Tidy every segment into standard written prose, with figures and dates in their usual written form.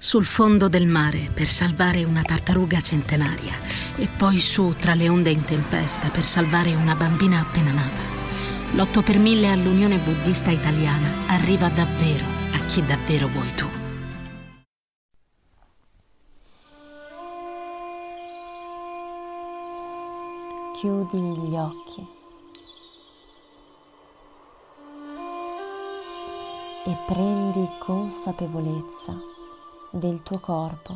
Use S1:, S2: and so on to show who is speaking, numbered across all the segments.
S1: Sul fondo del mare per salvare una tartaruga centenaria e poi su tra le onde in tempesta per salvare una bambina appena nata. L'8 per 1000 all'Unione Buddista Italiana arriva davvero a chi davvero vuoi tu.
S2: Chiudi gli occhi e prendi consapevolezza del tuo corpo.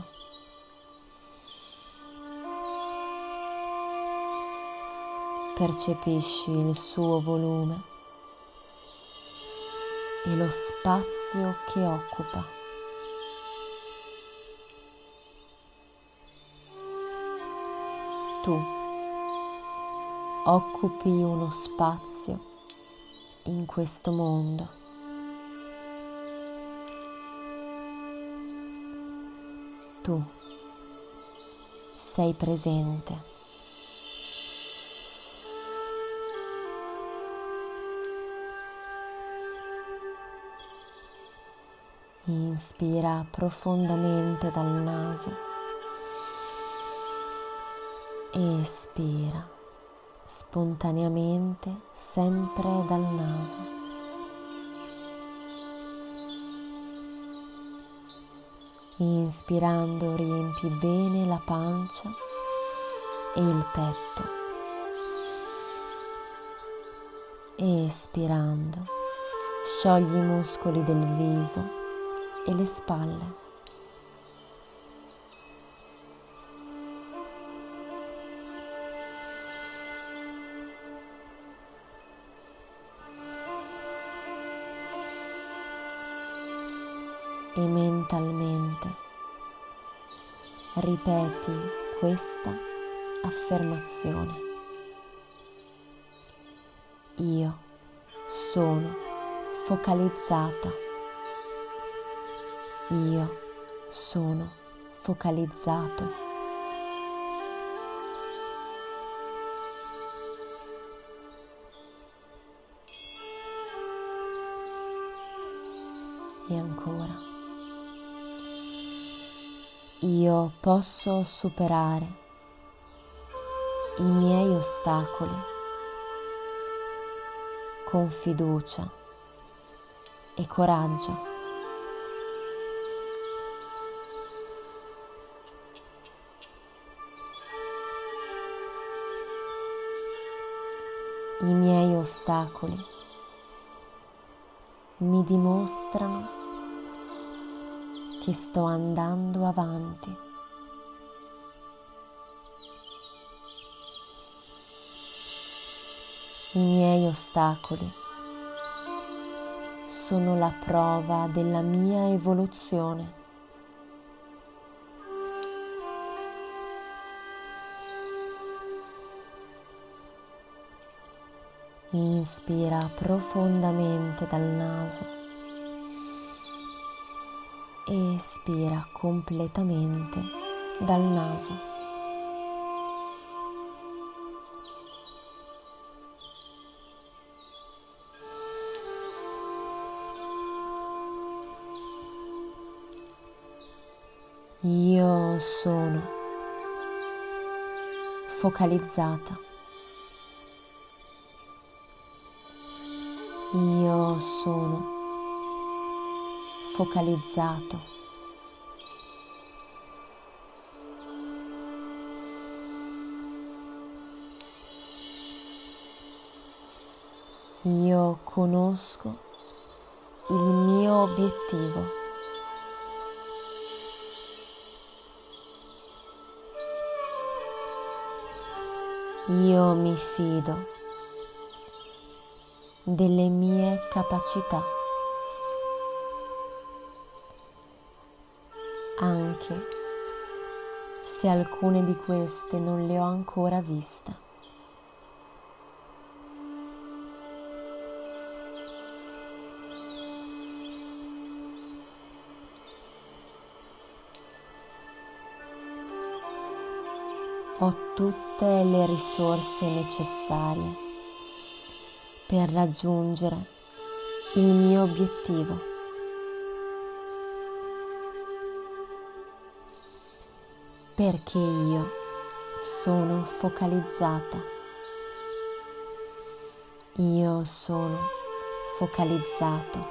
S2: Percepisci il suo volume e lo spazio che occupa. Tu occupi uno spazio in questo mondo. Tu sei presente. Inspira profondamente dal naso. Espira spontaneamente sempre dal naso. Inspirando riempi bene la pancia e il petto. Espirando sciogli i muscoli del viso e le spalle. E mentalmente ripeti questa affermazione. Io sono focalizzata. Io sono focalizzato. E ancora. Io posso superare i miei ostacoli con fiducia e coraggio. I miei ostacoli mi dimostrano che sto andando avanti. I miei ostacoli sono la prova della mia evoluzione. Inspira profondamente dal naso. Espira completamente dal naso. Io sono focalizzata. Io sono focalizzato. Io conosco il mio obiettivo. Io mi fido delle mie capacità, anche se alcune di queste non le ho ancora viste. Ho tutte le risorse necessarie per raggiungere il mio obiettivo. perché io sono focalizzata. Io sono focalizzato.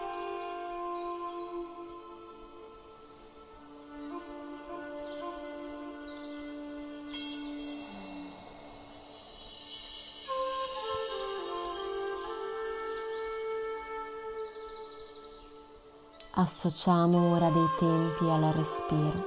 S2: Associamo ora dei tempi al respiro.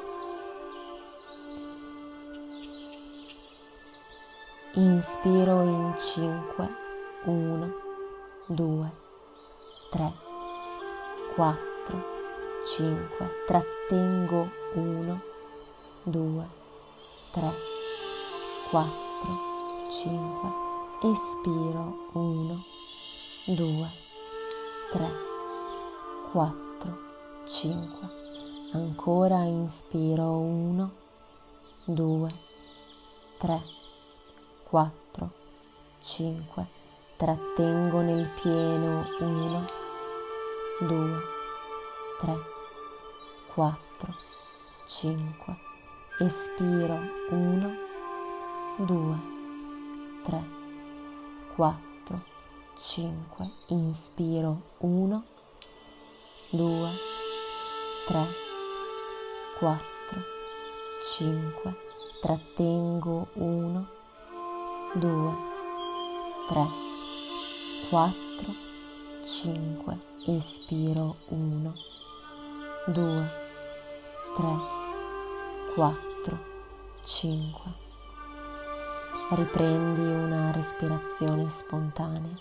S2: Inspiro in 5, 1, 2, 3, 4, 5. Trattengo 1, 2, 3, 4, 5. Espiro 1, 2, 3, 4, 5. Ancora inspiro 1, 2, 3, 4, 5. Trattengo nel pieno 1, 2, 3, 4, 5. Espiro 1, 2, 3, 4, 5. Inspiro 1, 2, 3, 4, 5. Trattengo 1, 2, 3, 4, 5. Espiro 1, 2, 3, 4, 5. Riprendi una respirazione spontanea,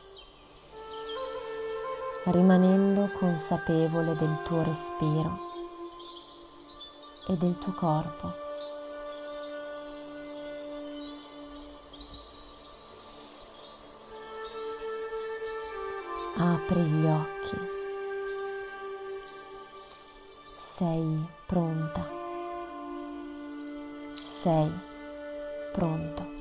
S2: rimanendo consapevole del tuo respiro e del tuo corpo. Apri gli occhi. Sei pronta. Sei pronto.